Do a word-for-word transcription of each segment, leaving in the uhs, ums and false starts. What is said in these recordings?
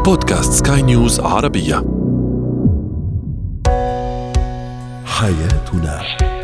بودكاست سكاي نيوز عربية. حياتنا.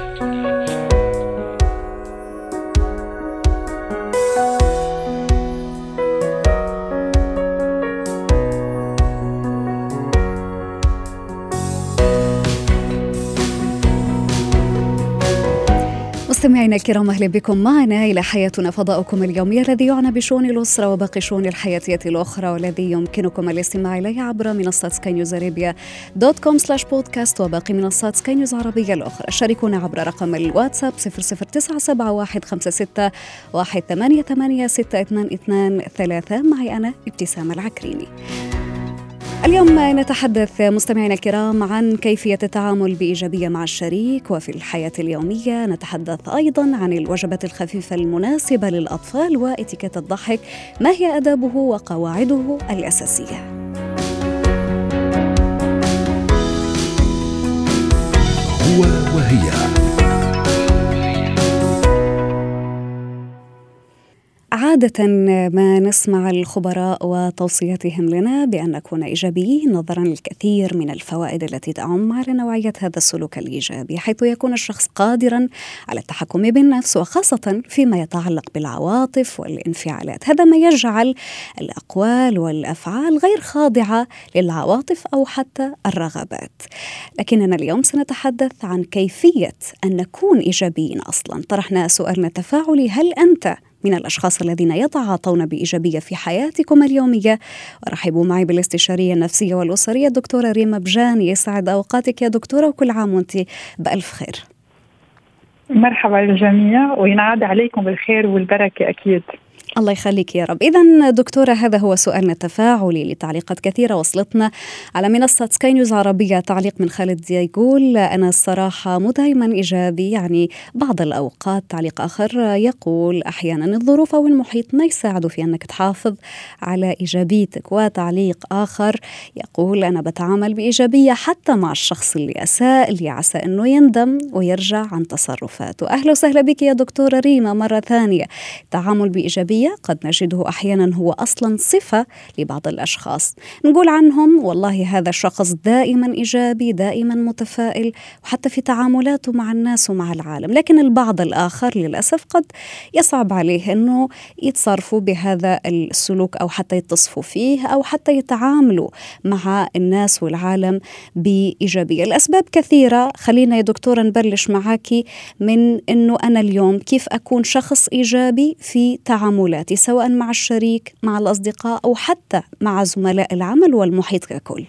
مستمعينا الكرام، أهلا بكم معنا إلى حياتنا، فضاؤكم اليومي الذي يعنى بشؤون الأسرة وباقي الشؤون الحياتية الأخرى، والذي يمكنكم الاستماع إليه عبر منصة سكاي نيوز عربية دوت كوم سلاش بودكاست وباقي منصات سكاي نيوز عربية الأخرى. شاركونا عبر رقم الواتساب صفر صفر تسعة سبعة واحد خمسة ستة واحد ثمانية ثمانية ستة اثنان اثنان ثلاثة. معي أنا ابتسام العكريمي. اليوم نتحدث مستمعينا الكرام عن كيفية التعامل بإيجابية مع الشريك وفي الحياة اليومية. نتحدث أيضا عن الوجبات الخفيفة المناسبة للأطفال وإتيكيت الضحك، ما هي آدابه وقواعده الأساسية. هو وهي. عادة ما نسمع الخبراء وتوصياتهم لنا بأن نكون إيجابيين نظرا للكثير من الفوائد التي تعم على نوعية هذا السلوك الإيجابي، حيث يكون الشخص قادرا على التحكم بالنفس وخاصة فيما يتعلق بالعواطف والانفعالات. هذا ما يجعل الأقوال والأفعال غير خاضعة للعواطف أو حتى الرغبات. لكننا اليوم سنتحدث عن كيفية أن نكون إيجابيين أصلا. طرحنا سؤالنا التفاعلي: هل أنت من الأشخاص الذين يتعاطون بإيجابية في حياتكم اليومية؟ ورحبوا معي بالاستشارية النفسية والأسرية الدكتورة ريما بجاني. يسعد أوقاتك يا دكتورة، وكل عام وأنت بألف خير. مرحبا للجميع، وينعاد عليكم بالخير والبركة أكيد. الله يخليك يا رب. إذن دكتورة، هذا هو سؤالنا التفاعلي لتعليقات كثيرة وصلتنا على منصة سكاي نيوز عربية. تعليق من خالد يقول: أنا الصراحة مو دائما إيجابي، يعني بعض الأوقات. تعليق آخر يقول: أحيانا الظروف أو المحيط ما يساعدوا في أنك تحافظ على إيجابيتك. وتعليق آخر يقول: أنا بتعامل بإيجابية حتى مع الشخص اللي أساء اللي عسى أنه يندم ويرجع عن تصرفاته. أهلا وسهلا بك يا دكتورة ريما مرة ثانية. التعامل بإيجابية قد نجده أحيانا هو أصلا صفة لبعض الأشخاص، نقول عنهم والله هذا الشخص دائما إيجابي، دائما متفائل، وحتى في تعاملاته مع الناس ومع العالم. لكن البعض الآخر للأسف قد يصعب عليه أنه يتصرفوا بهذا السلوك أو حتى يتصفوا فيه أو حتى يتعاملوا مع الناس والعالم بإيجابية. الأسباب كثيرة. خلينا يا دكتورة نبلش معاكي من أنه أنا اليوم كيف أكون شخص إيجابي في تعاملات، سواء مع الشريك، مع الأصدقاء، أو حتى مع زملاء العمل والمحيط ككل.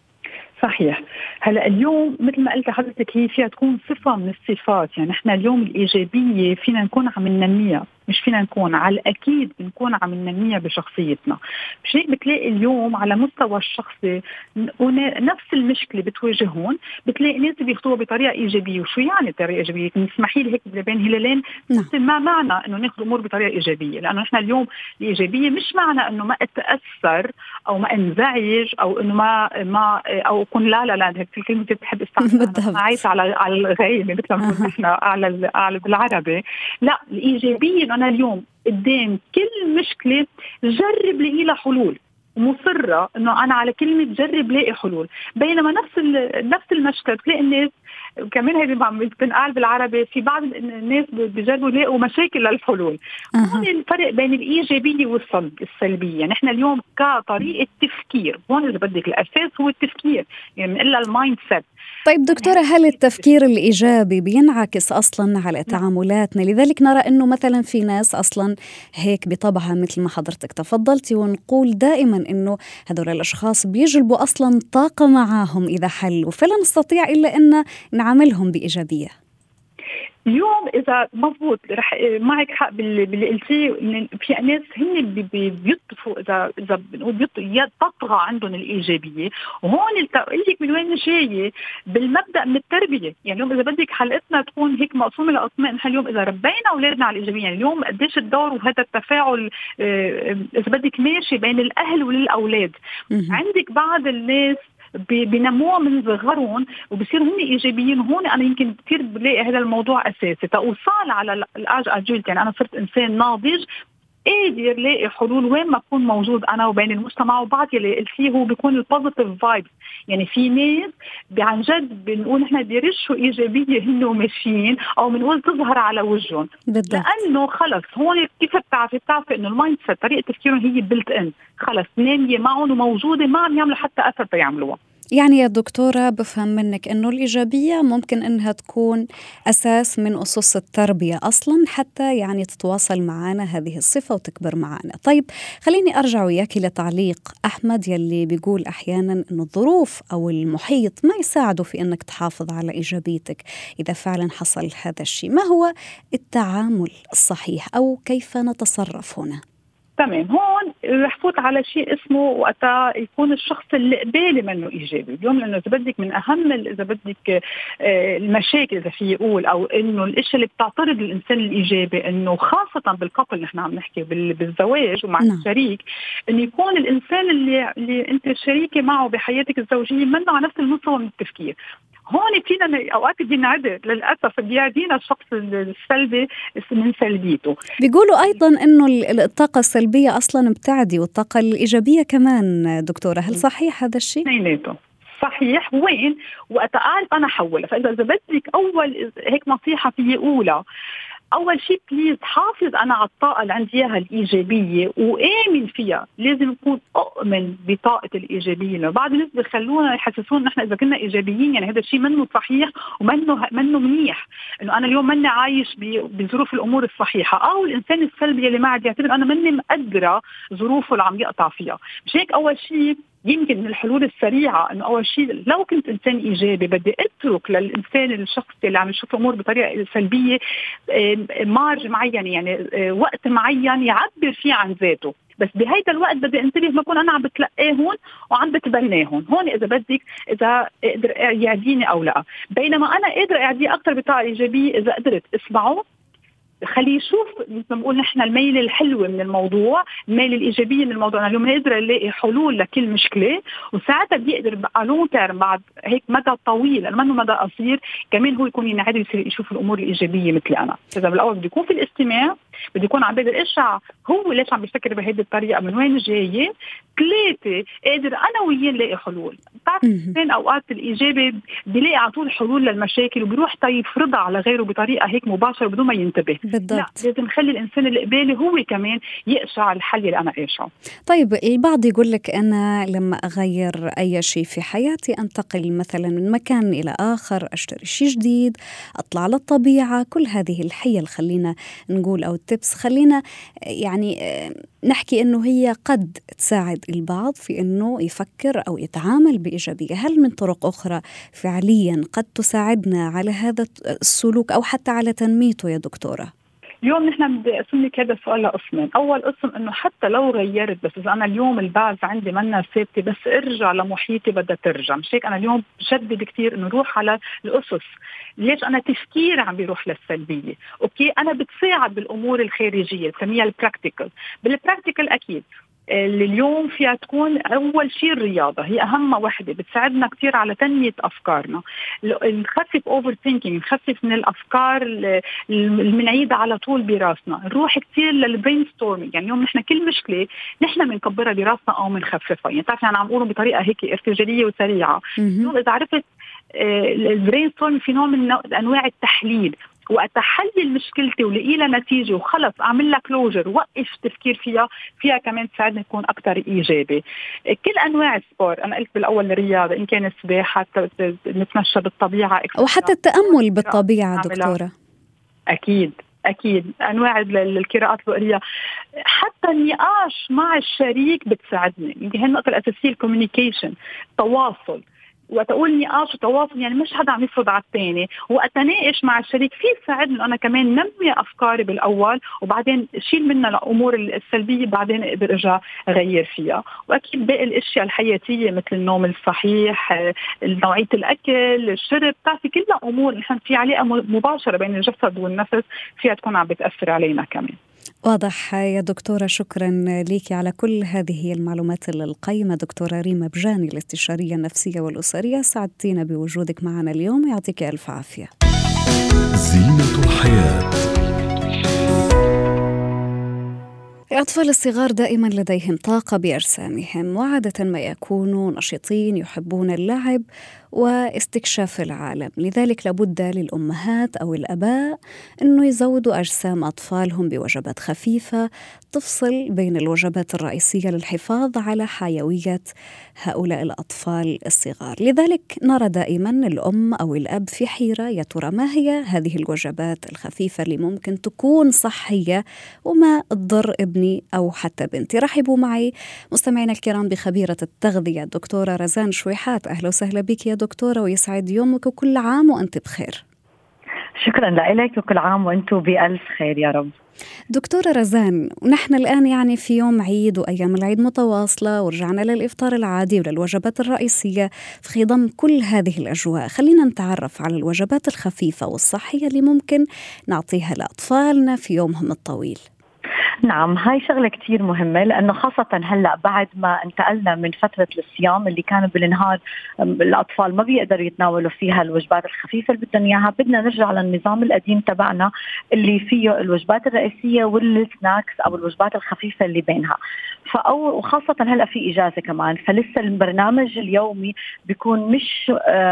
صحيح. هلا اليوم مثل ما قلت حضرتك هي فيها تكون صفة من الصفات. يعني احنا اليوم الإيجابية فينا نكون عم ننميها، مش فينا نكون على الأكيد بنكون عم ننميها بشخصيتنا. مش هيك بتلاقي اليوم على مستوى الشخصي نفس المشكلة بتواجهون، بتلاقي ناس بيخطوها بطريقة إيجابية. وشو يعني طريقة إيجابية؟ نسمحي لي هيك بين هلالين ما معنى إنه ناخذ أمور بطريقة إيجابية، لأنه إحنا اليوم الإيجابية مش معنى إنه ما أتأثر أو ما أنزعج أو إنه ما ما أو أكون لا لا لا هيك الكلمة بتحب استعملها عايز على على الغيمة مثل ما بنقول إحنا على على بالعربي. لا، الإيجابية أنا اليوم قدام كل مشكلة جرب لقي لها حلول، ومصرة إنه أنا على كلمة جرب لاقي حلول. بينما نفس نفس المشكلة تلاقي الناس كمان هذه بنقال بالعربي في بعض الناس بيجربوا يلاقوا مشاكل للحلول. هون الفرق بين الإيجابية والسلبية. نحن يعني اليوم كطريقة تفكير، هون اللي بدك الأساس هو التفكير، يعني إلا المايند سيت. طيب دكتورة، هل التفكير الإيجابي بينعكس أصلا على تعاملاتنا؟ لذلك نرى أنه مثلا في ناس أصلا هيك بطبعها مثل ما حضرتك تفضلتي، ونقول دائما أنه هذول الأشخاص بيجلبوا أصلا طاقة معاهم إذا حلوا، فلا نستطيع إلا أن نعاملهم بإيجابية. اليوم إذا مضبوط رح معك حق باللي قلتيه، في ناس هن بيطفوا إذا إذا بنقول بيطفوا تطغى عندهم الإيجابية. وهون التقليك من وين جاي؟ بالمبدأ من التربية. يعني اليوم إذا بدك حلقتنا تكون هيك مقسومة لقسمين. نحن اليوم إذا ربينا أولادنا على الإيجابية، يعني اليوم قديش الدور وهذا التفاعل إذا بدك ماشي بين الأهل والأولاد. عندك بعض الناس بنموها من صغرهم وبصير هم ايجابيين. هون انا يمكن كثير بلاقي هذا الموضوع اساسي توصل على الاج ادولت. يعني انا صرت انسان ناضج، قادر يلاقي حلول وين ما بكون موجود انا وبين المجتمع. وبعد اللي قلت فيه هو بيكون البوزيتيف فايبس، يعني في ناس عن جد بنقول نحن بيرشوا ايجابيه هن وماشيين، او بنقول تظهر على وجههم بالضبط. لانه خلص هون كيف بتعرفي بتعرفي انه المايند سيت طريقه تفكيرهم هي بلت ان، خلص ناميه معهم وموجوده، ما عم يعملوا حتى اثر بيعملوها. يعني يا دكتورة بفهم منك أنه الإيجابية ممكن أنها تكون أساس من أسس التربية أصلا، حتى يعني تتواصل معنا هذه الصفة وتكبر معنا. طيب خليني أرجع وياكي لتعليق أحمد يلي بيقول أحيانا أنه الظروف أو المحيط ما يساعدوا في أنك تحافظ على إيجابيتك إذا فعلا حصل هذا الشيء. ما هو التعامل الصحيح أو كيف نتصرف هنا؟ تمام، هون رح فوت على شيء اسمه وقتها يكون الشخص اللي قبالي منه إيجابي اليوم، لأنه إذا بدك من أهم إذا بدك المشاكل إذا في يقول أو إنه الإشي اللي بتعترض الإنسان الإيجابي، إنه خاصة بالقبل نحن عم نحكي بالزواج ومع نعم. الشريك، إنه يكون الإنسان اللي, اللي أنت شريكة معه بحياتك الزوجية منه على نفس المستوى من التفكير. هون فينا اوقات بنعدل للاسف بيعدينا الشخص السلبي من سلبيته. بيقولوا ايضا انه الطاقه السلبيه اصلا بتعدي والطاقه الايجابيه كمان دكتوره، هل صحيح هذا الشيء؟ اثنيناتهم صحيح. وين وقت اعرف انا حولها. فاذا اذا بدك اول هيك نصيحه في اولى، أول شيء بليز حافظ أنا على الطاقة اللي عندي إياها الإيجابية وآمن فيها. لازم نكون أؤمن بطاقة الإيجابية، لأنه بعض الناس بيخلونا يحسسون نحن إذا كنا إيجابيين يعني هذا الشيء منه صحيح ومنه منه منيح، إنه أنا اليوم مني عايش بظروف الأمور الصحيحة، أو الإنسان السلبي اللي ما عاد يعتبر أنا مني مقدرة ظروفه اللي عم يقطع فيها. مش هيك أول شيء يمكن من الحلول السريعة إنه أول شيء لو كنت إنسان إيجابي بدي أترك للإنسان الشخص اللي عم يشوف الأمور بطريقة سلبية مارج معين، يعني وقت معين يعبر فيه عن ذاته. بس بهيدا الوقت بدي انتبه ما أكون أنا عم بتلقاهن وعم بتبناهن. هون إذا بدك إذا قدر يعديني أو لا، بينما أنا قادر أعديه أكتر بطاقة إيجابية إذا قدرت أسمعه، خليه يشوف مثل ما بنقول نحن الميل الحلوة من الموضوع، الميل الإيجابية من الموضوع. أنا اليوم نقدر نلاقي حلول لكل مشكلة، وساعتها بيقدر على تيرم بعد هيك مدى طويل منه مدى قصير كمان هو يكون ينعدل يصير يشوف الأمور الإيجابية مثل أنا. إذا بالأول بده يكون في الاستماع، بده يكون عم بيقدر إشع هو ليش عم بيفكر بهذه الطريقة، من وين جاية. ثلاثة قادر أنا وياه نلاقي حلول. بعد اثنين أوقات الإيجابي بيلاقي على طول حلول للمشاكل وبيروح يفرضها على غيره بطريقة هيك مباشرة بدون ما ينتبه. بالضبط. لا، لازم نخلي الإنسان اللي قبالي هو كمان يقشع الحل اللي أنا قاشعه. طيب البعض يقول لك أنا لما أغير أي شيء في حياتي، أنتقل مثلا من مكان إلى آخر، أشتري شيء جديد، أطلع على الطبيعة، كل هذه الحيل خلينا نقول أو التبس خلينا يعني نحكي إنه هي قد تساعد البعض في إنه يفكر أو يتعامل بإيجابية. هل من طرق أخرى فعليا قد تساعدنا على هذا السلوك أو حتى على تنميته يا دكتورة؟ اليوم نحن بدي أقسم لك هذا السؤال لقسمين. أول قسم إنه حتى لو غيرت، بس إذا أنا اليوم الباز عندي منا ثابتة بس ارجع لمحيطي بدها ترجع. مش هيك أنا اليوم بشدد كتير إنه روح على الأسس. ليش أنا تفكير عم بيروح للسلبية؟ أوكي أنا بتساعد بالأمور الخارجية بسميها البراكتيكال. بالبراكتيكال أكيد اللي اليوم فيها تكون أول شيء الرياضة، هي أهم وحدة بتساعدنا كتير على تنمية أفكارنا. نخفف أوفر ثينكينج، نخفف من الأفكار اللي بنعيدها على طول براسنا. نروح كتير للبرين ستورمينج، يعني اليوم نحن كل مشكلة نحن بنكبرها براسنا أو بنخففها. يعني تعرف أنا عم أقوله بطريقة هيك ارتجالية وسريعة. اليوم إذا عرفت البرين ستورمينج في نوع من أنواع التحليل، وأتحلل مشكلتي ولقي لها نتيجة وخلص أعمل لها كلوجر، وقف تفكير فيها فيها كمان تساعدني يكون أكتر إيجابي. كل أنواع السبور، أنا قلت بالأول الرياضة، إن كان سباحة، نتمشى بالطبيعة، وحتى التأمل بالطبيعة دكتورة. أكيد أكيد أنواع القراءات القرية، حتى النقاش مع الشريك بتساعدني. يمكن هي النقطة الأساسية، الكوميونيكيشن، تواصل. وتقول نقاش وتواصل يعني مش حدا عم يفرض على الثاني، وأتناقش مع الشريك في ساعدني أنا كمان نمي أفكاري بالأول، وبعدين شيل منها الأمور السلبية بعدين أقدر أرجع أغير فيها. وأكيد باقي الأشياء الحياتية مثل النوم الصحيح، نوعية الأكل، الشرب، تعرفي كلها أمور نحن في علاقة مباشرة بين الجسد والنفس فيها تكون عم بتأثر علينا كمان. واضح يا دكتورة، شكرا لك على كل هذه المعلومات القيمة. دكتورة ريما بجاني، الاستشارية النفسية والأسرية، سعدتينا بوجودك معنا اليوم، يعطيك ألف عافية. زينة الحياة. الأطفال الصغار دائما لديهم طاقة بأجسامهم، وعادة ما يكونوا نشيطين، يحبون اللعب واستكشاف العالم. لذلك لابد للأمهات أو الآباء أنه يزودوا أجسام أطفالهم بوجبات خفيفة تفصل بين الوجبات الرئيسية للحفاظ على حيوية هؤلاء الأطفال الصغار. لذلك نرى دائما الأم أو الأب في حيرة، يا ترى ما هي هذه الوجبات الخفيفة اللي ممكن تكون صحية وما تضر ابني أو حتى بنتي. رحبوا معي مستمعينا الكرام بخبيرة التغذية الدكتورة رزان شويحات. أهلا وسهلا بك يا دكتورة، ويسعد يومك وكل عام وأنت بخير. شكرا لك وكل عام وأنتم بألف خير يا رب. دكتورة رزان، ونحن الآن يعني في يوم عيد وأيام العيد متواصلة، ورجعنا للإفطار العادي وللوجبات الرئيسية. في ضمن كل هذه الأجواء خلينا نتعرف على الوجبات الخفيفة والصحية اللي ممكن نعطيها لأطفالنا في يومهم الطويل. نعم، هاي شغلة كتير مهمة، لأنه خاصة هلأ بعد ما انتقلنا من فترة الصيام اللي كان بالنهار الأطفال ما بيقدروا يتناولوا فيها الوجبات الخفيفة اللي بدنا إياها، بدنا نرجع للنظام القديم تبعنا اللي فيه الوجبات الرئيسية والسناكس أو الوجبات الخفيفة اللي بينها. فأو وخاصة هلأ في إجازة كمان، فلسه البرنامج اليومي بيكون مش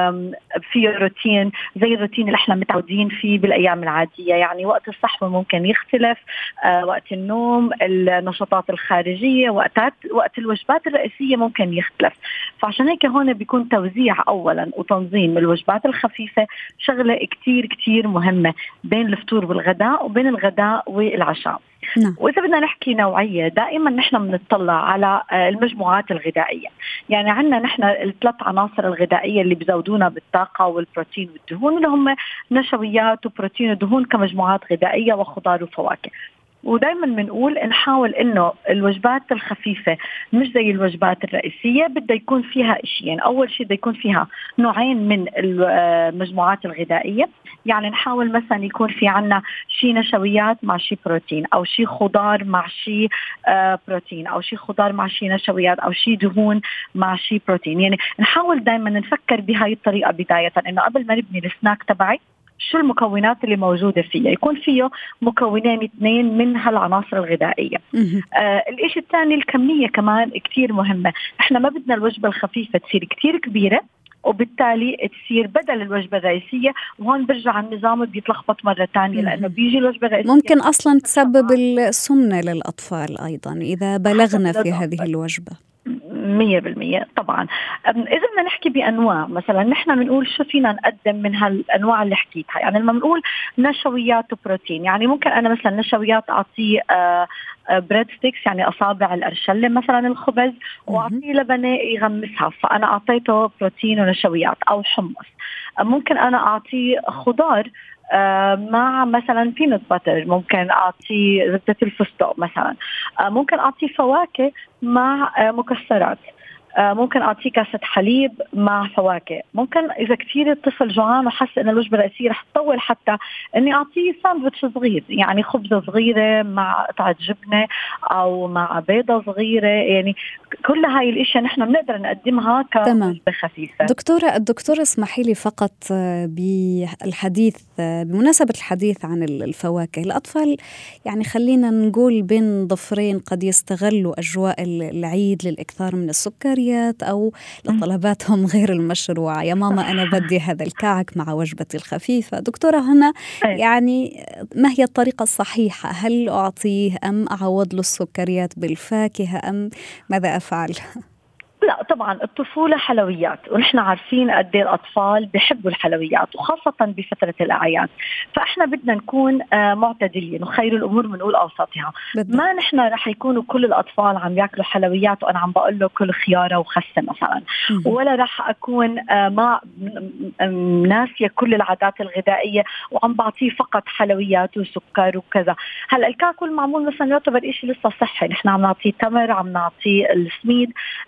فيه روتين زي الروتين اللي احنا متعودين فيه بالأيام العادية. يعني وقت الصحوة ممكن يختلف، آه وقت النوم، النشاطات الخارجية، وقتات وقت الوجبات الرئيسية ممكن يختلف. فعشان هيك هون بيكون توزيع أولا وتنظيم الوجبات الخفيفة شغلة كتير كتير مهمة بين الفطور والغداء وبين الغداء والعشاء. نعم. وإذا بدنا نحكي نوعية، دائما نحن بنطلع على المجموعات الغذائية. يعني عندنا نحن الثلاث عناصر الغذائية اللي بزودونا بالطاقة والبروتين والدهون، اللي هم نشويات وبروتين ودهون كمجموعات غذائية وخضار وفواكه. ودايما بنقول نحاول انه الوجبات الخفيفة مش زي الوجبات الرئيسية، بدها يكون فيها اشيين. اول شيء بدها يكون فيها نوعين من المجموعات الغذائية. يعني نحاول مثلا يكون في عنا شيء نشويات مع شيء بروتين، او شيء خضار مع شيء بروتين، او شيء خضار مع شيء نشويات، او شيء دهون مع شيء بروتين. يعني نحاول دايما نفكر بهاي الطريقة بداية، انه قبل ما نبني السناك تبعي شو المكونات اللي موجودة فيه، يكون فيه مكونين اثنين من هالعناصر الغذائية. آه الاشي الثاني الكمية كمان كتير مهمة. احنا ما بدنا الوجبة الخفيفة تصير كتير كبيرة وبالتالي تصير بدل الوجبة الرئيسية، وهون برجع النظام بيتلخبط مرة تانية، لأنه بيجي الوجبة الرئيسية ممكن أصلا تسبب السمنة للأطفال أيضا إذا بلغنا في هذه الوجبة. مية بالمية طبعا. إذا بدنا نحكي بأنواع، مثلا نحن بنقول شو فينا نقدم من هالأنواع اللي حكيتها. يعني لما بنقول نشويات وبروتين، يعني ممكن أنا مثلا نشويات أعطيه آه بريد ستيكس، يعني أصابع الأرشلة مثلا الخبز، وأعطيه لبنة يغمسها، فأنا أعطيته بروتين ونشويات. أو حمص، ممكن أنا أعطيه خضار مع مثلا بينات باتر، ممكن أعطيه زبدة الفستق مثلا، ممكن أعطيه فواكه مع مكسرات، ممكن أعطيه كاسة حليب مع فواكه. ممكن إذا كثير الطفل جوعان وحس إن الوجبة الرئيسية رح تطول، حتى إني أعطيه ساندويتش صغير، يعني خبزة صغيرة مع قطعة جبنة أو مع بيضة صغيرة. يعني كل هاي الأشياء نحن بنقدر نقدمها كوجبة خفيفة. دكتورة الدكتورة اسمحي لي فقط بالحديث بمناسبة الحديث عن الفواكه. الأطفال يعني خلينا نقول بين ضفرين قد يستغلوا أجواء العيد للإكثار من السكر أو لطلباتهم غير المشروعة. يا ماما أنا بدي هذا الكعك مع وجبتي الخفيفة. دكتورة هنا يعني ما هي الطريقة الصحيحة؟ هل أعطيه أم أعوض له السكريات بالفاكهة أم ماذا أفعل؟ لا طبعا الطفولة حلويات، ونحن عارفين قد ايه الأطفال بيحبوا الحلويات وخاصة بفترة الأعياد. فإحنا بدنا نكون معتدلين، وخير الأمور بنقول أوسطها. ما نحن رح يكونوا كل الأطفال عم يأكلوا حلويات وأنا عم بقول له كل خيارة وخسة مثلا، ولا رح أكون مع ناسية كل العادات الغذائية وعم بعطيه فقط حلويات وسكر وكذا. هلا الكاكو المعمول مثلا يعتبر إشي لسه صحي، نحن عم نعطيه تمر، عم نعطيه السميد اللي هو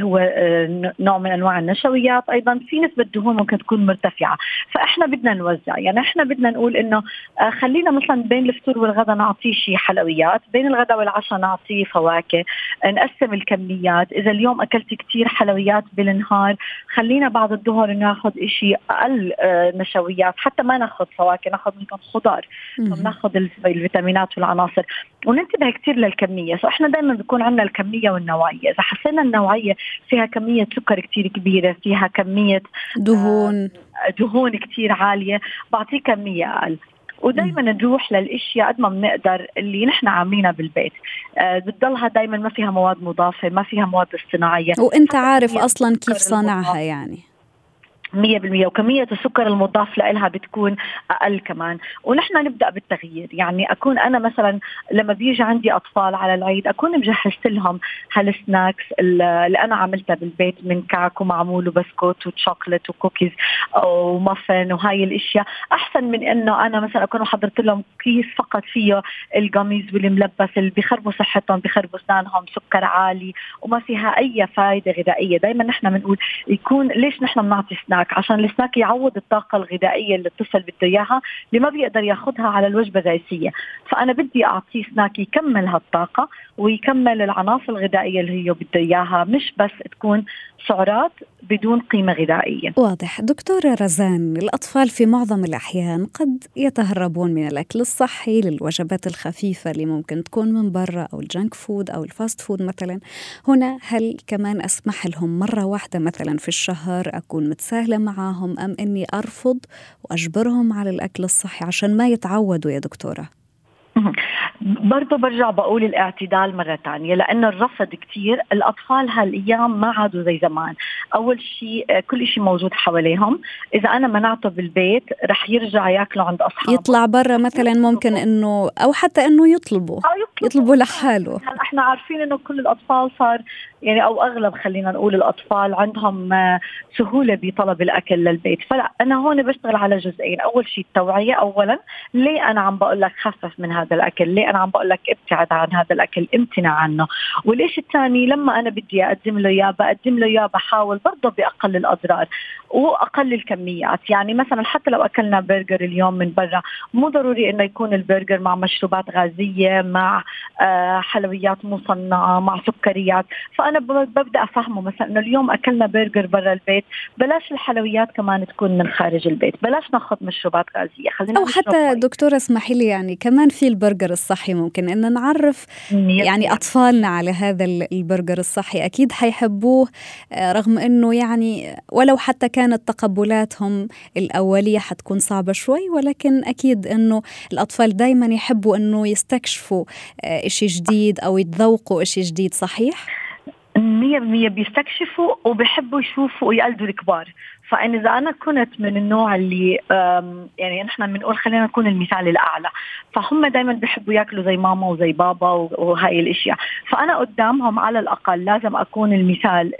هو نوع من أنواع النشويات، أيضا في نسبة دهون ممكن تكون مرتفعة. فإحنا بدنا نوزع، يعني إحنا بدنا نقول إنه خلينا مثلا بين الفطور والغداء نعطيه شيء حلويات، بين الغداء والعشاء نعطيه فواكه، نقسم الكميات. إذا اليوم أكلت كتير حلويات بالنهار خلينا بعد الظهر ناخذ إشي أقل نشويات، حتى ما ناخذ فواكه، ناخذ ممكن خضار، ناخذ الفيتامينات والعناصر، وننتبه كتير للكمية. سو إحنا دائما بيكون عندنا الكمية والنوعية. إذا حسينا النوعية فيها كمية سكر كتير كبيرة، فيها كمية دهون دهون كتير عالية، بعطيه كمية أقل. ودايما نروح للاشياء قد ما بنقدر اللي نحن عاملينها بالبيت. آه بتضلها دايما ما فيها مواد مضافه، ما فيها مواد اصطناعيه، وانت عارف اصلا كيف صنعها يعني مية بالمية. وكمية السكر المضاف لها بتكون أقل كمان. ونحن نبدأ بالتغيير، يعني أكون أنا مثلا لما بيجي عندي أطفال على العيد أكون مجهزت لهم هالسناكس اللي أنا عملتها بالبيت من كعك ومعمول وبسكوت وشوكولات وكوكيز ومافن وهاي الأشياء، أحسن من إنه أنا مثلا أكون حضرت لهم كيس فقط فيه الجاميز والملبس اللي بيخربوا صحتهم، بيخربوا أسنانهم، سكر عالي وما فيها أي فائدة غذائية. دايما نحن بنقول يكون ليش نحن بنعطي سناك؟ عشان السناك يعوض الطاقة الغذائية اللي الطفل بده إياها اللي ما بيقدر ياخدها على الوجبة الرئيسية. فأنا بدي أعطيه سناك يكمل هالطاقة ويكمل العناصر الغذائية اللي هي بده إياها، مش بس تكون سعرات بدون قيمة غذائية. واضح. دكتورة رزان، الأطفال في معظم الأحيان قد يتهربون من الأكل الصحي للوجبات الخفيفة اللي ممكن تكون من برا أو الجانك فود أو الفاست فود مثلا. هنا هل كمان أسمح لهم مرة واحدة مثلا في الشهر أكون متساهلة معاهم، أم أني أرفض وأجبرهم على الأكل الصحي عشان ما يتعودوا يا دكتورة؟ برضو برجع بقول الاعتدال مرة تانية، لأن الرفض كتير. الأطفال هالأيام ما عادوا زي زمان. أول شيء كل شيء موجود حواليهم، إذا أنا منعته بالبيت رح يرجع ياكله عند أصحابه، يطلع برا مثلا ممكن إنه أو حتى إنه يطلبوا يطلبوا, يطلبوا لحاله. احنا عارفين إنه كل الأطفال صار يعني أو أغلب خلينا نقول الأطفال عندهم سهولة بطلب الأكل للبيت. فلا، أنا هون بشتغل على جزئين. أول شيء التوعية. أولا ليه أنا عم بقول لك خفف من هذا الأكل، ليه أنا عم بقول لك ابتعد عن هذا الأكل، امتنع عنه. وليش الثاني لما أنا بدي أقدم له إياه بقدم له إياه بحاول برضه بأقل الأضرار وأقل الكميات. يعني مثلا حتى لو أكلنا برجر اليوم من برا، مو ضروري إنه يكون البرجر مع مشروبات غازية، مع آه حلويات مصنعة، مع سكريات. فأنا ببدأ أفهمه مثلا إنه اليوم أكلنا برجر برا البيت، بلاش الحلويات كمان تكون من خارج البيت، بلاش ناخذ مشروبات غازية، خلينا أو حتى دكتورة اسمحي لي يعني كمان في البرجر الصحي ممكن إن نعرف يعني أطفالنا على هذا البرجر الصحي، أكيد حيحبوه، رغم إنه يعني ولو حتى كانت تقبلاتهم الأولية حتكون صعبة شوي، ولكن أكيد إنه الأطفال دايما يحبوا إنه يستكشفوا إشي جديد أو يتذوقوا إشي جديد. صحيح؟ مية بالمية بيستكشفوا وبيحبوا يشوفوا ويقلدوا الكبار. فإن إذا أنا كنت من النوع اللي يعني نحن بنقول خلينا نكون المثال الأعلى، فهم دايما بيحبوا يأكلوا زي ماما وزي بابا وهاي الأشياء، فأنا قدامهم على الأقل لازم أكون المثال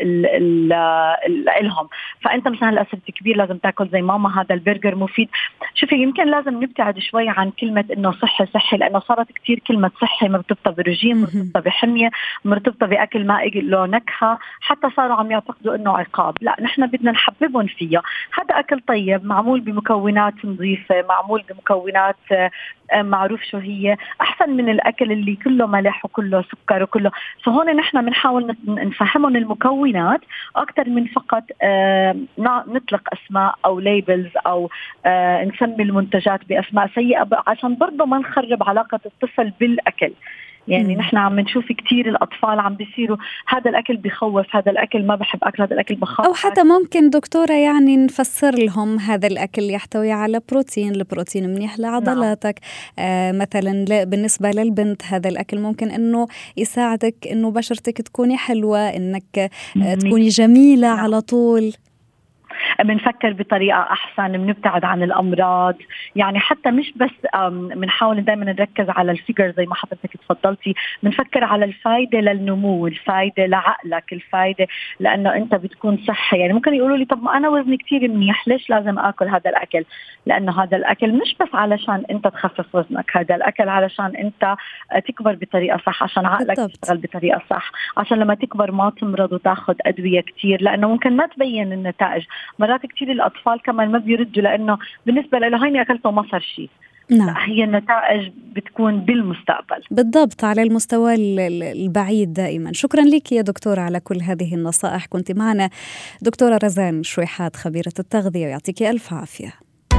لهم. فأنت مثلا هلا صرت كبير لازم تأكل زي ماما، هذا البرجر مفيد. شوفي يمكن لازم نبتعد شوي عن كلمة إنه صحي صحي، لأنه صارت كتير كلمة صحي مرتبطة برجيم، مرتبطة بحمية، مرتبطة بأكل ما له نكهة، حتى صاروا عم يعتقدوا إنه عقاب. لا، نحن بدنا نحببهم فيه. هذا أكل طيب معمول بمكونات نظيفة، معمول بمكونات معروف شو هي، أحسن من الأكل اللي كله ملح وكله سكر وكله. فهون نحن بنحاول نفهمهم المكونات أكثر من فقط نطلق أسماء أو ليبلز أو نسمي المنتجات بأسماء سيئة، عشان برضو ما نخرب علاقة الطفل بالأكل. يعني نحن عم نشوف كتير الأطفال عم بيصيروا هذا الأكل بيخوف، هذا الأكل ما بحب أكل، هذا الأكل بخاف. أو حتى ممكن دكتورة يعني نفسر لهم هذا الأكل يحتوي على بروتين، البروتين منيح لعضلاتك. نعم. آه مثلا بالنسبة للبنت هذا الأكل ممكن إنه يساعدك إنه بشرتك تكوني حلوة، إنك آه تكوني جميلة. نعم. على طول بنفكر بطريقة أحسن، بنبتعد عن الأمراض. يعني حتى مش بس بنحاول دائما نركز على الفيجر زي ما حضرتك تفضلتي، بنفكر على الفايدة للنمو، الفايدة لعقلك، الفايدة لأنه أنت بتكون صحي. يعني ممكن يقولوا لي طب ما أنا وزني كتير منيح، ليش لازم أكل هذا الأكل؟ لأنه هذا الأكل مش بس علشان أنت تخفف وزنك، هذا الأكل علشان أنت تكبر بطريقة صح، عشان عقلك يشتغل بطريقة صح، عشان لما تكبر ما تمرض وتاخد أدوية كتير، لأنه ممكن ما تبين النتائج. مرات كتير الأطفال كمان ما بيردوا لأنه بالنسبة له هيني أكلته وما صار شيء. نعم. هي النتائج بتكون بالمستقبل بالضبط على المستوى البعيد دائما. شكرا لك يا دكتورة على كل هذه النصائح. كنت معنا دكتورة رزان شويحات خبيرة التغذية، يعطيك ألف عافية.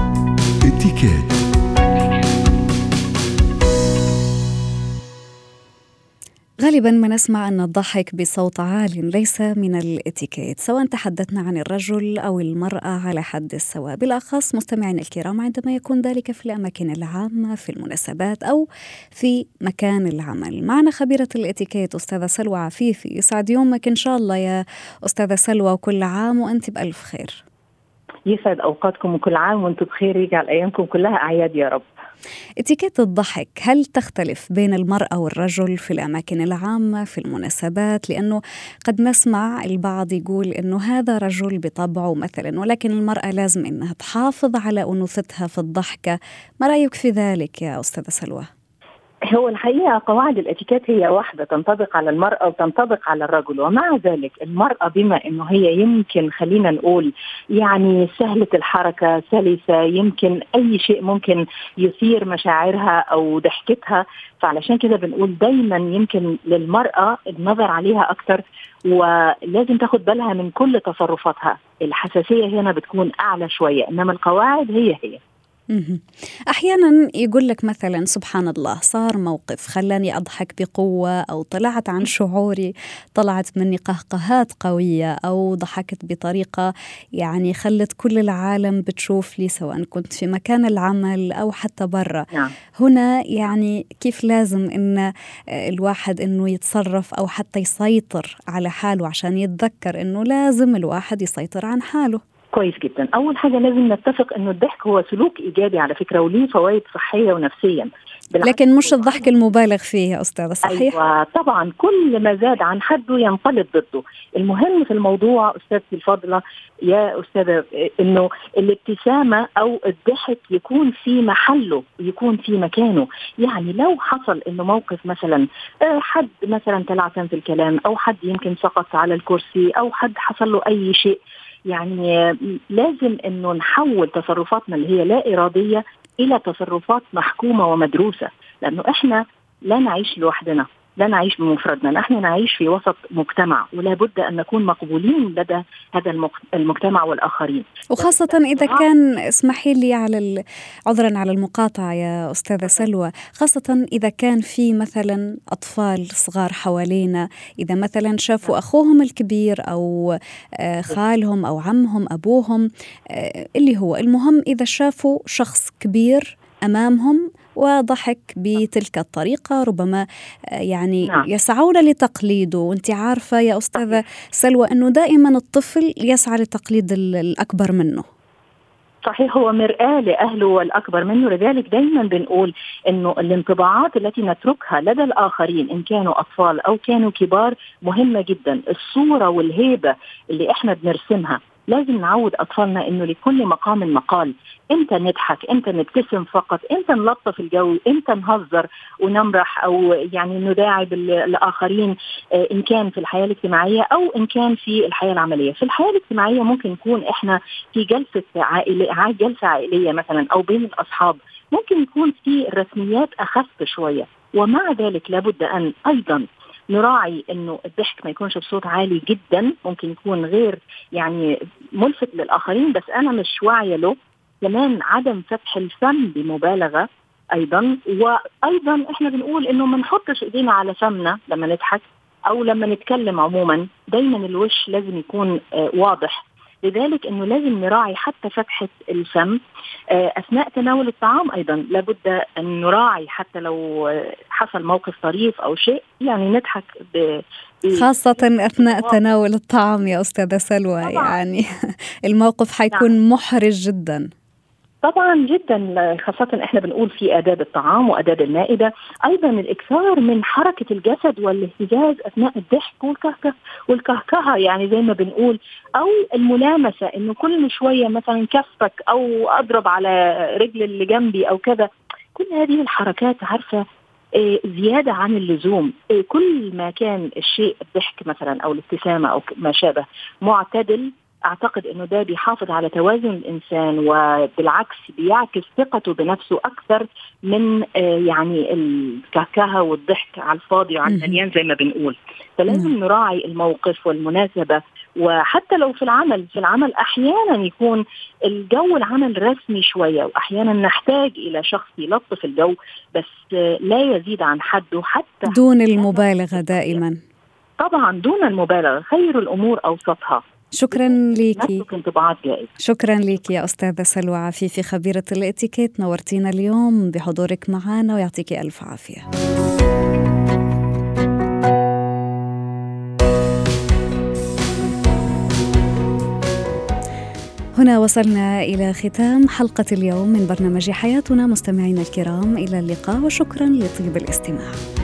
غالبا ما نسمع أن الضحك بصوت عال ليس من الاتيكيت، سواء تحدثنا عن الرجل أو المرأة على حد السواء، بالأخص مستمعين الكرام عندما يكون ذلك في الأماكن العامة، في المناسبات أو في مكان العمل. معنا خبيرة الاتيكيت أستاذة سلوى عفيفي. يسعد يومك إن شاء الله يا أستاذة سلوى، وكل عام وأنت بألف خير. يسعد أوقاتكم وكل عام وأنتم بخير، يجعل أيامكم كلها أعياد يا رب. اتيكيت الضحك هل تختلف بين المرأة والرجل في الأماكن العامة في المناسبات؟ لأنه قد نسمع البعض يقول أنه هذا رجل بطبعه مثلا، ولكن المرأة لازم أنها تحافظ على أنوثتها في الضحكة. ما رأيك في ذلك يا أستاذة سلوى؟ هو الحقيقة قواعد الاتيكيت هي واحدة، تنطبق على المرأة وتنطبق على الرجل. ومع ذلك المرأة بما أنه هي يمكن خلينا نقول يعني سهلة الحركة، سلسة، يمكن أي شيء ممكن يثير مشاعرها أو ضحكتها، فعلشان كده بنقول دايما يمكن للمرأة النظر عليها أكتر، ولازم تاخد بالها من كل تصرفاتها. الحساسية هنا بتكون أعلى شوية، إنما القواعد هي هي. أحيانا يقول لك مثلا سبحان الله صار موقف خلاني أضحك بقوة، أو طلعت عن شعوري، طلعت مني قهقهات قوية، أو ضحكت بطريقة يعني خلت كل العالم بتشوف لي، سواء كنت في مكان العمل أو حتى برا. نعم. هنا يعني كيف لازم إن الواحد إنه يتصرف أو حتى يسيطر على حاله، عشان يتذكر إنه لازم الواحد يسيطر عن حاله. كويس جدا. أول حاجة لازم نتفق إنه الضحك هو سلوك إيجابي على فكرة، وليه فوائد صحية ونفسية، لكن مش الضحك المبالغ فيه يا أستاذة، صحيح؟ أيوة طبعا، كل ما زاد عن حده ينقلب ضده. المهم في الموضوع أستاذتي الفاضلة يا أستاذة إنه الابتسامة أو الضحك يكون في محله، يكون في مكانه. يعني لو حصل إنه موقف مثلا حد مثلا تلعثم في الكلام، أو حد يمكن سقط على الكرسي، أو حد حصل له أي شيء، يعني لازم إنه نحول تصرفاتنا اللي هي لا إرادية إلى تصرفات محكومة ومدروسة، لأنه إحنا لا نعيش لوحدنا، لا نعيش بمفردنا، نحن نعيش في وسط مجتمع، ولا بد أن نكون مقبولين لدى هذا المجتمع والآخرين. وخاصة إذا كان، اسمحي لي على عذرا على المقاطعة يا أستاذة سلوى، خاصة إذا كان في مثلا أطفال صغار حوالينا، إذا مثلا شافوا أخوهم الكبير أو خالهم أو عمهم أبوهم، اللي هو المهم إذا شافوا شخص كبير أمامهم وضحك بتلك الطريقة، ربما يعني نعم. يسعون لتقليده. وانت عارفة يا أستاذة سلوى أنه دائما الطفل يسعى لتقليد الأكبر منه. صحيح، هو مرآة لأهله والأكبر منه. لذلك دايما بنقول أنه الانطباعات التي نتركها لدى الآخرين إن كانوا أطفال أو كانوا كبار مهمة جدا. الصورة والهيبة اللي إحنا بنرسمها لازم نعود أطفالنا إنه لكل مقام مقال. إمتى نضحك، إمتى نبتسم فقط، إمتى نلطف الجو، إمتى نهزر ونمرح أو يعني نداعب الآخرين، إن كان في الحياة الاجتماعية أو إن كان في الحياة العملية. في الحياة الاجتماعية ممكن نكون إحنا في جلسة عائلية، جلسة عائلية مثلا أو بين الأصحاب، ممكن يكون في الرسميات أخف شوية، ومع ذلك لابد أن أيضا نراعي انه الضحك ما يكونش بصوت عالي جدا، ممكن يكون غير يعني ملفت للآخرين بس انا مش واعية له. كمان عدم فتح الفم بمبالغة ايضا. وايضا احنا بنقول انه ما نحطش ايدينا على فمنا لما نضحك او لما نتكلم. عموما دايما الوش لازم يكون آه واضح، لذلك أنه لازم نراعي حتى فتحة الفم أثناء تناول الطعام. أيضا لابد أن نراعي حتى لو حصل موقف طريف أو شيء يعني نضحك ب... خاصة أثناء تناول الطعام يا أستاذة سلوى. طبعا. يعني الموقف حيكون نعم. محرج جدا. طبعا جدا، خاصة احنا بنقول في آداب الطعام وآداب المائدة. أيضا الإكثار من حركة الجسد والاهتزاز أثناء الضحك والكهكه والكهكهة يعني زي ما بنقول، أو الملامسة إنه كل شوية مثلا كفك أو أضرب على رجل اللي جنبي أو كذا. كل هذه الحركات عارفة زيادة عن اللزوم. كل ما كان الشيء الضحك مثلا أو الابتسامة أو ما شابه معتدل، أعتقد أنه ده بيحافظ على توازن الإنسان، وبالعكس بيعكس ثقته بنفسه أكثر من يعني الكهكهة والضحك على الفاضي وعلى المليان زي ما بنقول. فلازم نراعي الموقف والمناسبة. وحتى لو في العمل في العمل أحيانا يكون الجو العمل رسمي شوية، وأحيانا نحتاج إلى شخص يلطف الجو، بس لا يزيد عن حده حتى دون المبالغة دائما. طبعا دون المبالغة، خير الأمور أوسطها. شكرا ليكي. شكرا ليكي يا أستاذة سلوى عفيفي، خبيرة الاتيكيت، نورتينا اليوم بحضورك معنا ويعطيكي ألف عافية. هنا وصلنا إلى ختام حلقة اليوم من برنامج حياتنا. مستمعينا الكرام، إلى اللقاء وشكرا لطيب الاستماع.